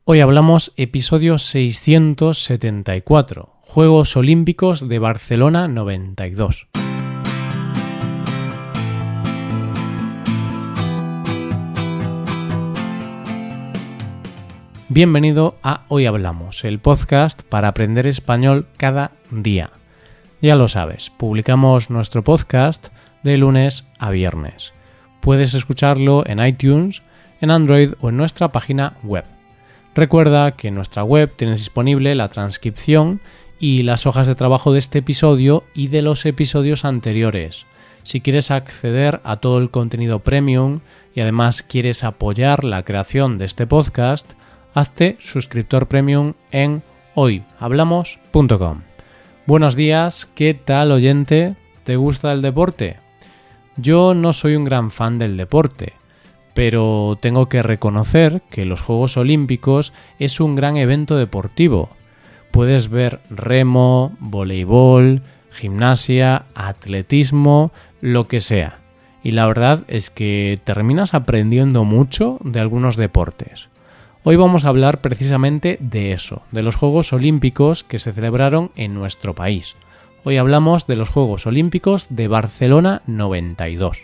Hoy hablamos episodio 674, Juegos Olímpicos de Barcelona 92. Bienvenido a Hoy Hablamos, el podcast para aprender español cada día. Ya lo sabes, publicamos nuestro podcast de lunes a viernes. Puedes escucharlo en iTunes, en Android o en nuestra página web. Recuerda que en nuestra web tienes disponible la transcripción y las hojas de trabajo de este episodio y de los episodios anteriores. Si quieres acceder a todo el contenido premium y además quieres apoyar la creación de este podcast, hazte suscriptor premium en hoyhablamos.com. Buenos días, ¿qué tal, oyente? ¿Te gusta el deporte? Yo no soy un gran fan del deporte, pero tengo que reconocer que los Juegos Olímpicos es un gran evento deportivo. Puedes ver remo, voleibol, gimnasia, atletismo, lo que sea. Y la verdad es que terminas aprendiendo mucho de algunos deportes. Hoy vamos a hablar precisamente de eso, de los Juegos Olímpicos que se celebraron en nuestro país. Hoy hablamos de los Juegos Olímpicos de Barcelona 92.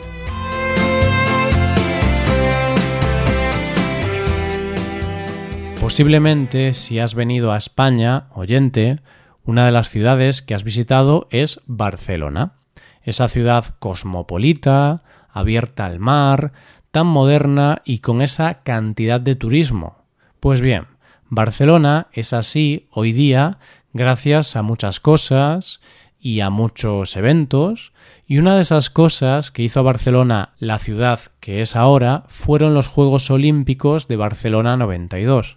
Posiblemente, si has venido a España, oyente, una de las ciudades que has visitado es Barcelona. Esa ciudad cosmopolita, abierta al mar, tan moderna y con esa cantidad de turismo. Pues bien, Barcelona es así hoy día gracias a muchas cosas y a muchos eventos, y una de esas cosas que hizo a Barcelona la ciudad que es ahora fueron los Juegos Olímpicos de Barcelona 92.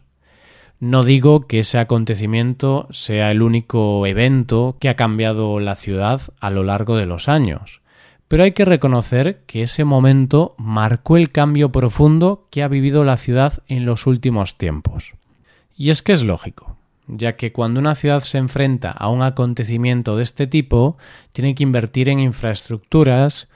No digo que ese acontecimiento sea el único evento que ha cambiado la ciudad a lo largo de los años, pero hay que reconocer que ese momento marcó el cambio profundo que ha vivido la ciudad en los últimos tiempos. Y es que es lógico, ya que cuando una ciudad se enfrenta a un acontecimiento de este tipo, tiene que invertir en infraestructuras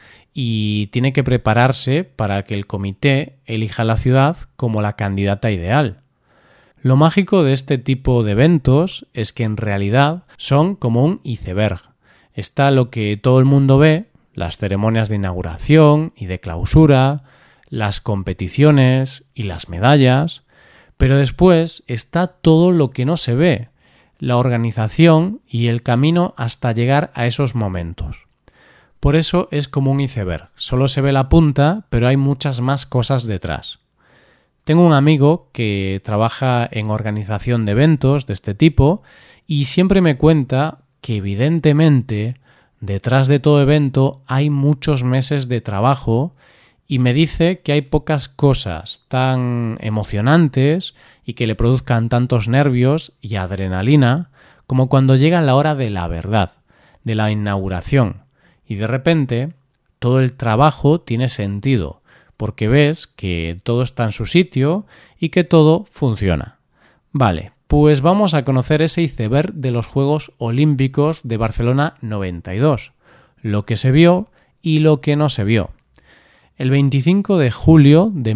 y tiene que prepararse para que el comité elija la ciudad como la candidata ideal. Lo mágico de este tipo de eventos es que en realidad son como un iceberg. Está lo que todo el mundo ve, las ceremonias de inauguración y de clausura, las competiciones y las medallas, pero después está todo lo que no se ve, la organización y el camino hasta llegar a esos momentos. Por eso es como un iceberg, solo se ve la punta, pero hay muchas más cosas detrás. Tengo un amigo que trabaja en organización de eventos de este tipo y siempre me cuenta que evidentemente detrás de todo evento hay muchos meses de trabajo y me dice que hay pocas cosas tan emocionantes y que le produzcan tantos nervios y adrenalina como cuando llega la hora de la verdad, de la inauguración, y de repente todo el trabajo tiene sentido, porque ves que todo está en su sitio y que todo funciona. Vale, pues vamos a conocer ese iceberg de los Juegos Olímpicos de Barcelona 92, lo que se vio y lo que no se vio. El 25 de julio de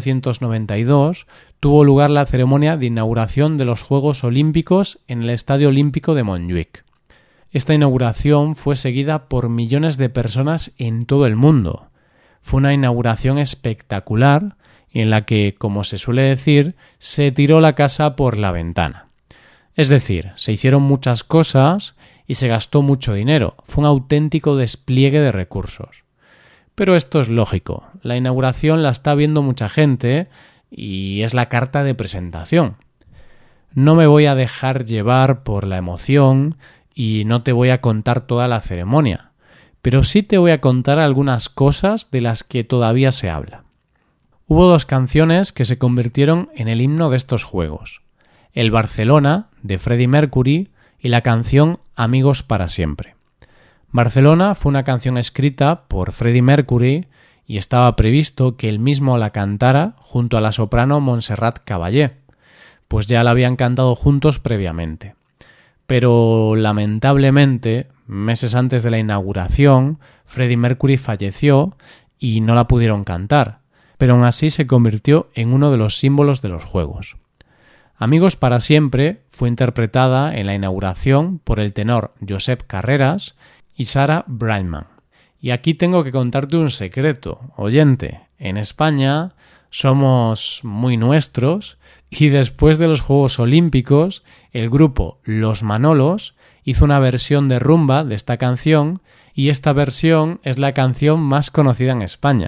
1992 tuvo lugar la ceremonia de inauguración de los Juegos Olímpicos en el Estadio Olímpico de Montjuïc. Esta inauguración fue seguida por millones de personas en todo el mundo. Fue una inauguración espectacular en la que, como se suele decir, se tiró la casa por la ventana. Es decir, se hicieron muchas cosas y se gastó mucho dinero. Fue un auténtico despliegue de recursos. Pero esto es lógico. La inauguración la está viendo mucha gente y es la carta de presentación. No me voy a dejar llevar por la emoción y no te voy a contar toda la ceremonia, pero sí te voy a contar algunas cosas de las que todavía se habla. Hubo dos canciones que se convirtieron en el himno de estos Juegos: el Barcelona, de Freddie Mercury, y la canción Amigos para siempre. Barcelona fue una canción escrita por Freddie Mercury y estaba previsto que él mismo la cantara junto a la soprano Montserrat Caballé, pues ya la habían cantado juntos previamente. Pero lamentablemente, meses antes de la inauguración, Freddie Mercury falleció y no la pudieron cantar, pero aún así se convirtió en uno de los símbolos de los Juegos. Amigos para siempre fue interpretada en la inauguración por el tenor Josep Carreras y Sarah Brightman. Y aquí tengo que contarte un secreto, oyente. En España somos muy nuestros y después de los Juegos Olímpicos, el grupo Los Manolos hizo una versión de rumba de esta canción y esta versión es la canción más conocida en España.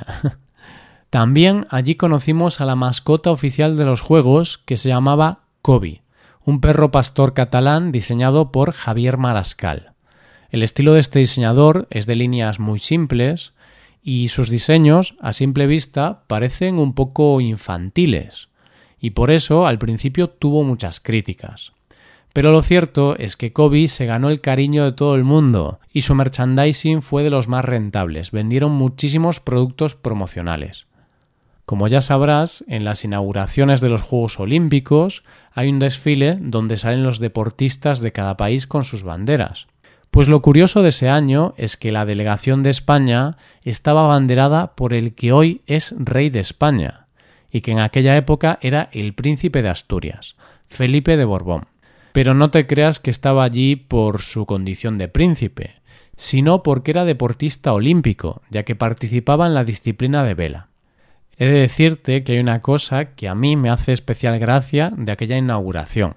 También allí conocimos a la mascota oficial de los Juegos que se llamaba Kobe, un perro pastor catalán diseñado por Javier Marascal. El estilo de este diseñador es de líneas muy simples y sus diseños, a simple vista, parecen un poco infantiles y por eso al principio tuvo muchas críticas. Pero lo cierto es que Kobe se ganó el cariño de todo el mundo y su merchandising fue de los más rentables. Vendieron muchísimos productos promocionales. Como ya sabrás, en las inauguraciones de los Juegos Olímpicos hay un desfile donde salen los deportistas de cada país con sus banderas. Pues lo curioso de ese año es que la delegación de España estaba abanderada por el que hoy es rey de España y que en aquella época era el príncipe de Asturias, Felipe de Borbón. Pero no te creas que estaba allí por su condición de príncipe, sino porque era deportista olímpico, ya que participaba en la disciplina de vela. He de decirte que hay una cosa que a mí me hace especial gracia de aquella inauguración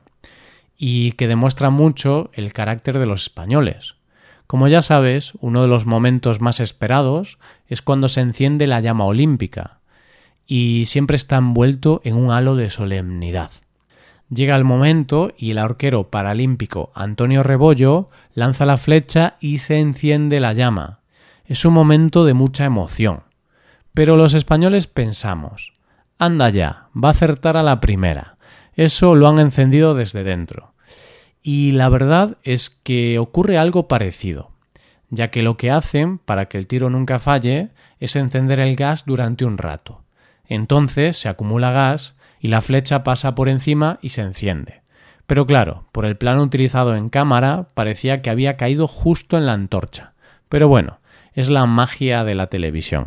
y que demuestra mucho el carácter de los españoles. Como ya sabes, uno de los momentos más esperados es cuando se enciende la llama olímpica y siempre está envuelto en un halo de solemnidad. Llega el momento y el arquero paralímpico Antonio Rebollo lanza la flecha y se enciende la llama. Es un momento de mucha emoción. Pero los españoles pensamos, anda ya, va a acertar a la primera. Eso lo han encendido desde dentro. Y la verdad es que ocurre algo parecido, ya que lo que hacen para que el tiro nunca falle es encender el gas durante un rato. Entonces se acumula gas y la flecha pasa por encima y se enciende. Pero claro, por el plano utilizado en cámara parecía que había caído justo en la antorcha. Pero bueno, es la magia de la televisión.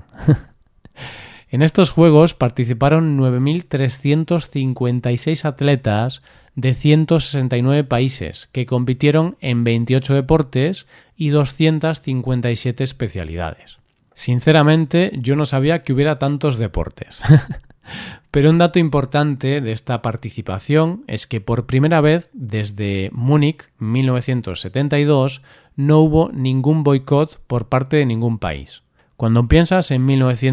En estos Juegos participaron 9.356 atletas de 169 países que compitieron en 28 deportes y 257 especialidades. Sinceramente, yo no sabía que hubiera tantos deportes. Pero un dato importante de esta participación es que por primera vez desde Múnich 1972 no hubo ningún boicot por parte de ningún país. Cuando piensas en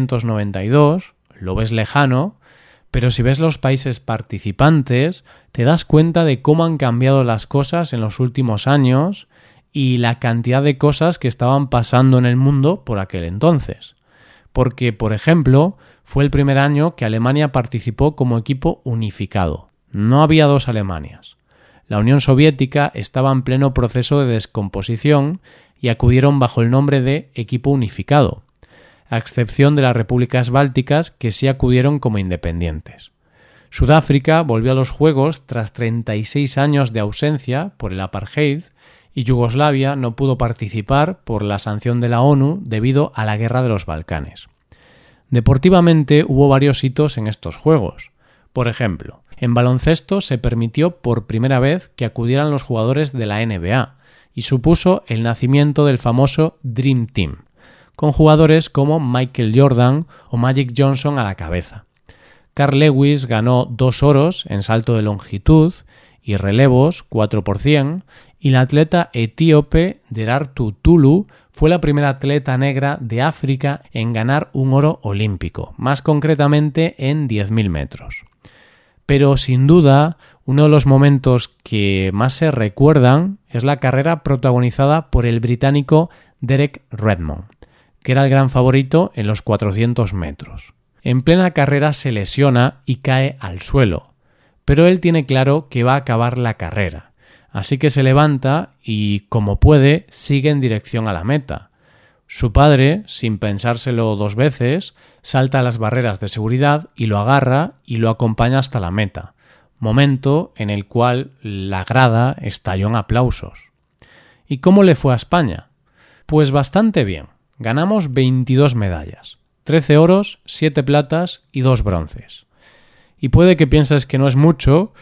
1992, lo ves lejano, pero si ves los países participantes, te das cuenta de cómo han cambiado las cosas en los últimos años y la cantidad de cosas que estaban pasando en el mundo por aquel entonces. Porque, por ejemplo, fue el primer año que Alemania participó como equipo unificado. No había dos Alemanias. La Unión Soviética estaba en pleno proceso de descomposición y acudieron bajo el nombre de equipo unificado, a excepción de las repúblicas bálticas que sí acudieron como independientes. Sudáfrica volvió a los Juegos tras 36 años de ausencia por el apartheid y Yugoslavia no pudo participar por la sanción de la ONU debido a la guerra de los Balcanes. Deportivamente hubo varios hitos en estos Juegos. Por ejemplo, en baloncesto se permitió por primera vez que acudieran los jugadores de la NBA y supuso el nacimiento del famoso Dream Team, con jugadores como Michael Jordan o Magic Johnson a la cabeza. Carl Lewis ganó 2 oros en salto de longitud y relevos 4%, y la atleta etíope Derartu Tulu fue la primera atleta negra de África en ganar un oro olímpico, más concretamente en 10.000 metros. Pero sin duda, uno de los momentos que más se recuerdan es la carrera protagonizada por el británico Derek Redmond, que era el gran favorito en los 400 metros. En plena carrera se lesiona y cae al suelo, pero él tiene claro que va a acabar la carrera, así que se levanta y, como puede, sigue en dirección a la meta. Su padre, sin pensárselo 2 veces, salta a las barreras de seguridad y lo agarra y lo acompaña hasta la meta, momento en el cual la grada estalló en aplausos. ¿Y cómo le fue a España? Pues bastante bien. Ganamos 22 medallas, 13 oros, 7 platas y 2 bronces. Y puede que pienses que no es mucho,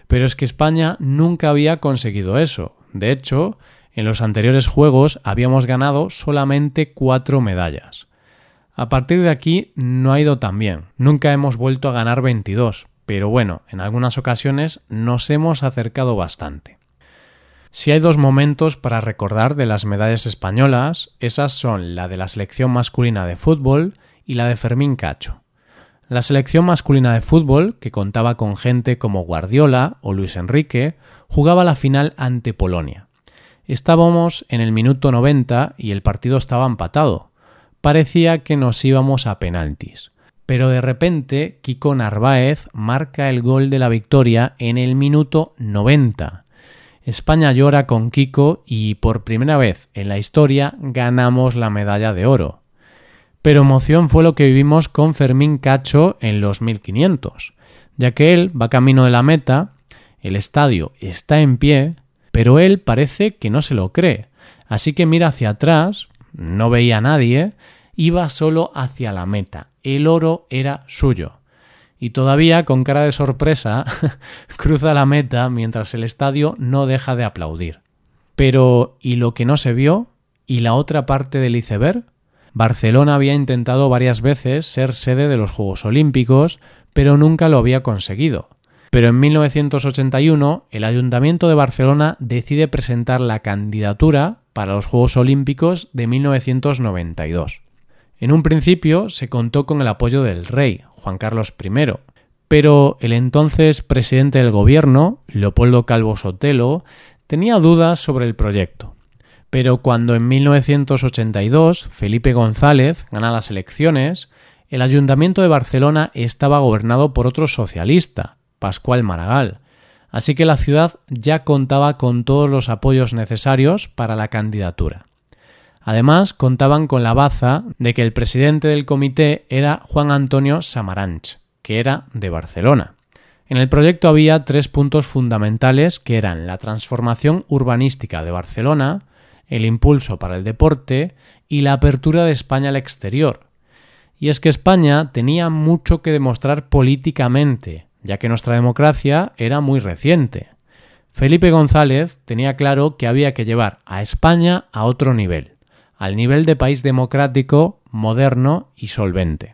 Pero es que España nunca había conseguido eso. De hecho, en los anteriores Juegos habíamos ganado solamente 4 medallas. A partir de aquí no ha ido tan bien. Nunca hemos vuelto a ganar 22, pero bueno, en algunas ocasiones nos hemos acercado bastante. Si hay 2 momentos para recordar de las medallas españolas, esas son la de la selección masculina de fútbol y la de Fermín Cacho. La selección masculina de fútbol, que contaba con gente como Guardiola o Luis Enrique, jugaba la final ante Polonia. Estábamos en el minuto 90 y el partido estaba empatado. Parecía que nos íbamos a penaltis. Pero de repente, Kiko Narváez marca el gol de la victoria en el minuto 90. España llora con Kiko y por primera vez en la historia ganamos la medalla de oro. Pero emoción fue lo que vivimos con Fermín Cacho en los 1500, ya que él va camino de la meta, el estadio está en pie, pero él parece que no se lo cree, así que mira hacia atrás, no veía a nadie, iba solo hacia la meta, el oro era suyo. Y todavía, con cara de sorpresa, cruza la meta mientras el estadio no deja de aplaudir. Pero, ¿y lo que no se vio? ¿Y la otra parte del iceberg? Barcelona había intentado varias veces ser sede de los Juegos Olímpicos, pero nunca lo había conseguido. Pero en 1981, el Ayuntamiento de Barcelona decide presentar la candidatura para los Juegos Olímpicos de 1992. En un principio se contó con el apoyo del rey, Juan Carlos I, pero el entonces presidente del gobierno, Leopoldo Calvo Sotelo, tenía dudas sobre el proyecto. Pero cuando en 1982 Felipe González gana las elecciones, el Ayuntamiento de Barcelona estaba gobernado por otro socialista, Pascual Maragall, así que la ciudad ya contaba con todos los apoyos necesarios para la candidatura. Además, contaban con la baza de que el presidente del comité era Juan Antonio Samaranch, que era de Barcelona. En el proyecto había 3 puntos fundamentales que eran la transformación urbanística de Barcelona, el impulso para el deporte y la apertura de España al exterior. Y es que España tenía mucho que demostrar políticamente, ya que nuestra democracia era muy reciente. Felipe González tenía claro que había que llevar a España a otro nivel, al nivel de país democrático, moderno y solvente.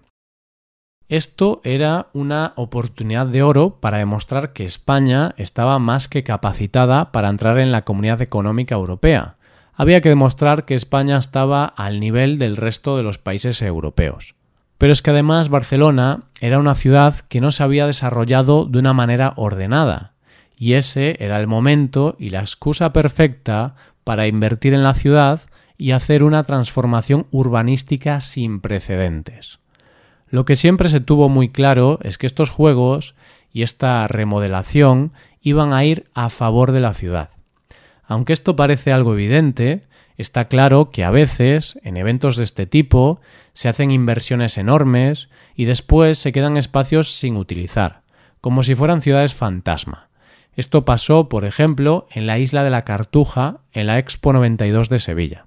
Esto era una oportunidad de oro para demostrar que España estaba más que capacitada para entrar en la Comunidad Económica Europea. Había que demostrar que España estaba al nivel del resto de los países europeos. Pero es que además Barcelona era una ciudad que no se había desarrollado de una manera ordenada, y ese era el momento y la excusa perfecta para invertir en la ciudad y hacer una transformación urbanística sin precedentes. Lo que siempre se tuvo muy claro es que estos juegos y esta remodelación iban a ir a favor de la ciudad. Aunque esto parece algo evidente, está claro que a veces, en eventos de este tipo, se hacen inversiones enormes y después se quedan espacios sin utilizar, como si fueran ciudades fantasma. Esto pasó, por ejemplo, en la isla de la Cartuja, en la Expo 92 de Sevilla.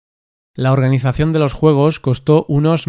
La organización de los Juegos costó unos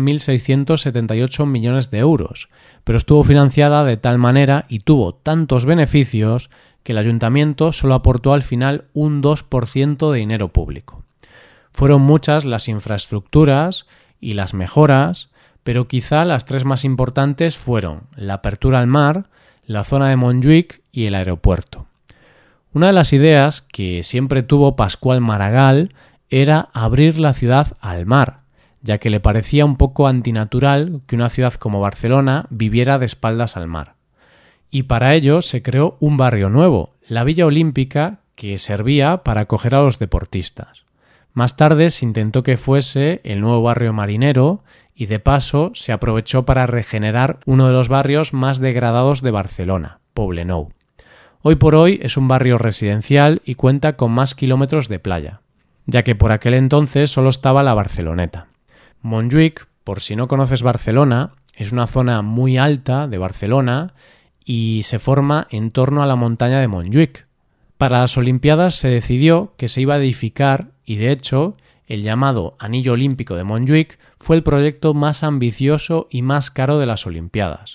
1.678 millones de euros, pero estuvo financiada de tal manera y tuvo tantos beneficios que el ayuntamiento solo aportó al final un 2% de dinero público. Fueron muchas las infraestructuras y las mejoras, pero quizá las 3 más importantes fueron la apertura al mar, la zona de Montjuïc y el aeropuerto. Una de las ideas que siempre tuvo Pascual Maragall era abrir la ciudad al mar, ya que le parecía un poco antinatural que una ciudad como Barcelona viviera de espaldas al mar. Y para ello se creó un barrio nuevo, la Villa Olímpica, que servía para acoger a los deportistas. Más tarde se intentó que fuese el nuevo barrio marinero y de paso se aprovechó para regenerar uno de los barrios más degradados de Barcelona, Poblenou. Hoy por hoy es un barrio residencial y cuenta con más kilómetros de playa, ya que por aquel entonces solo estaba la Barceloneta. Montjuïc, por si no conoces Barcelona, es una zona muy alta de Barcelona y se forma en torno a la montaña de Montjuïc. Para las Olimpiadas se decidió que se iba a edificar y, de hecho, el llamado Anillo Olímpico de Montjuïc fue el proyecto más ambicioso y más caro de las Olimpiadas.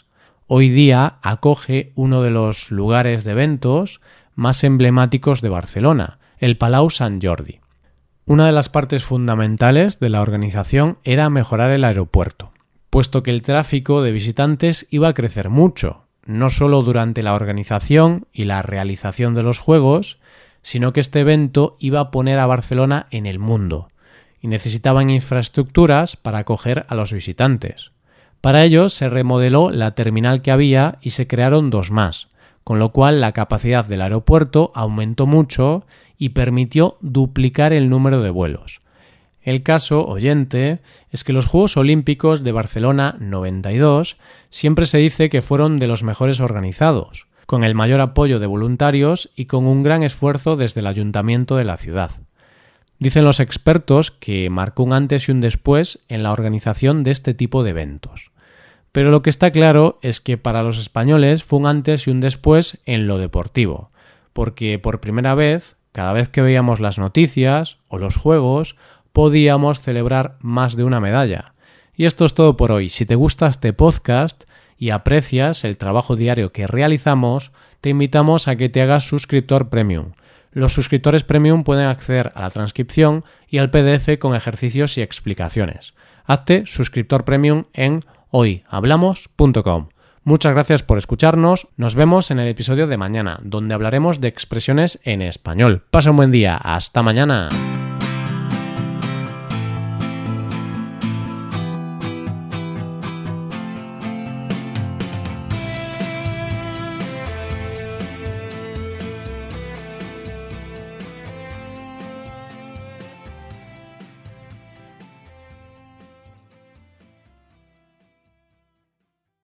hoy día acoge uno de los lugares de eventos más emblemáticos de Barcelona, el Palau Sant Jordi. Una de las partes fundamentales de la organización era mejorar el aeropuerto, puesto que el tráfico de visitantes iba a crecer mucho, no solo durante la organización y la realización de los Juegos, sino que este evento iba a poner a Barcelona en el mundo, y necesitaban infraestructuras para acoger a los visitantes. Para ello se remodeló la terminal que había y se crearon 2 más, con lo cual la capacidad del aeropuerto aumentó mucho y permitió duplicar el número de vuelos. El caso, oyente, es que los Juegos Olímpicos de Barcelona 92 siempre se dice que fueron de los mejores organizados, con el mayor apoyo de voluntarios y con un gran esfuerzo desde el ayuntamiento de la ciudad. Dicen los expertos que marcó un antes y un después en la organización de este tipo de eventos. Pero lo que está claro es que para los españoles fue un antes y un después en lo deportivo, porque por primera vez, cada vez que veíamos las noticias o los juegos, podíamos celebrar más de una medalla. Y esto es todo por hoy. Si te gusta este podcast y aprecias el trabajo diario que realizamos, te invitamos a que te hagas suscriptor premium. Los suscriptores premium pueden acceder a la transcripción y al PDF con ejercicios y explicaciones. Hazte suscriptor premium en hoyhablamos.com. Muchas gracias por escucharnos. Nos vemos en el episodio de mañana, donde hablaremos de expresiones en español. Pasa un buen día. Hasta mañana.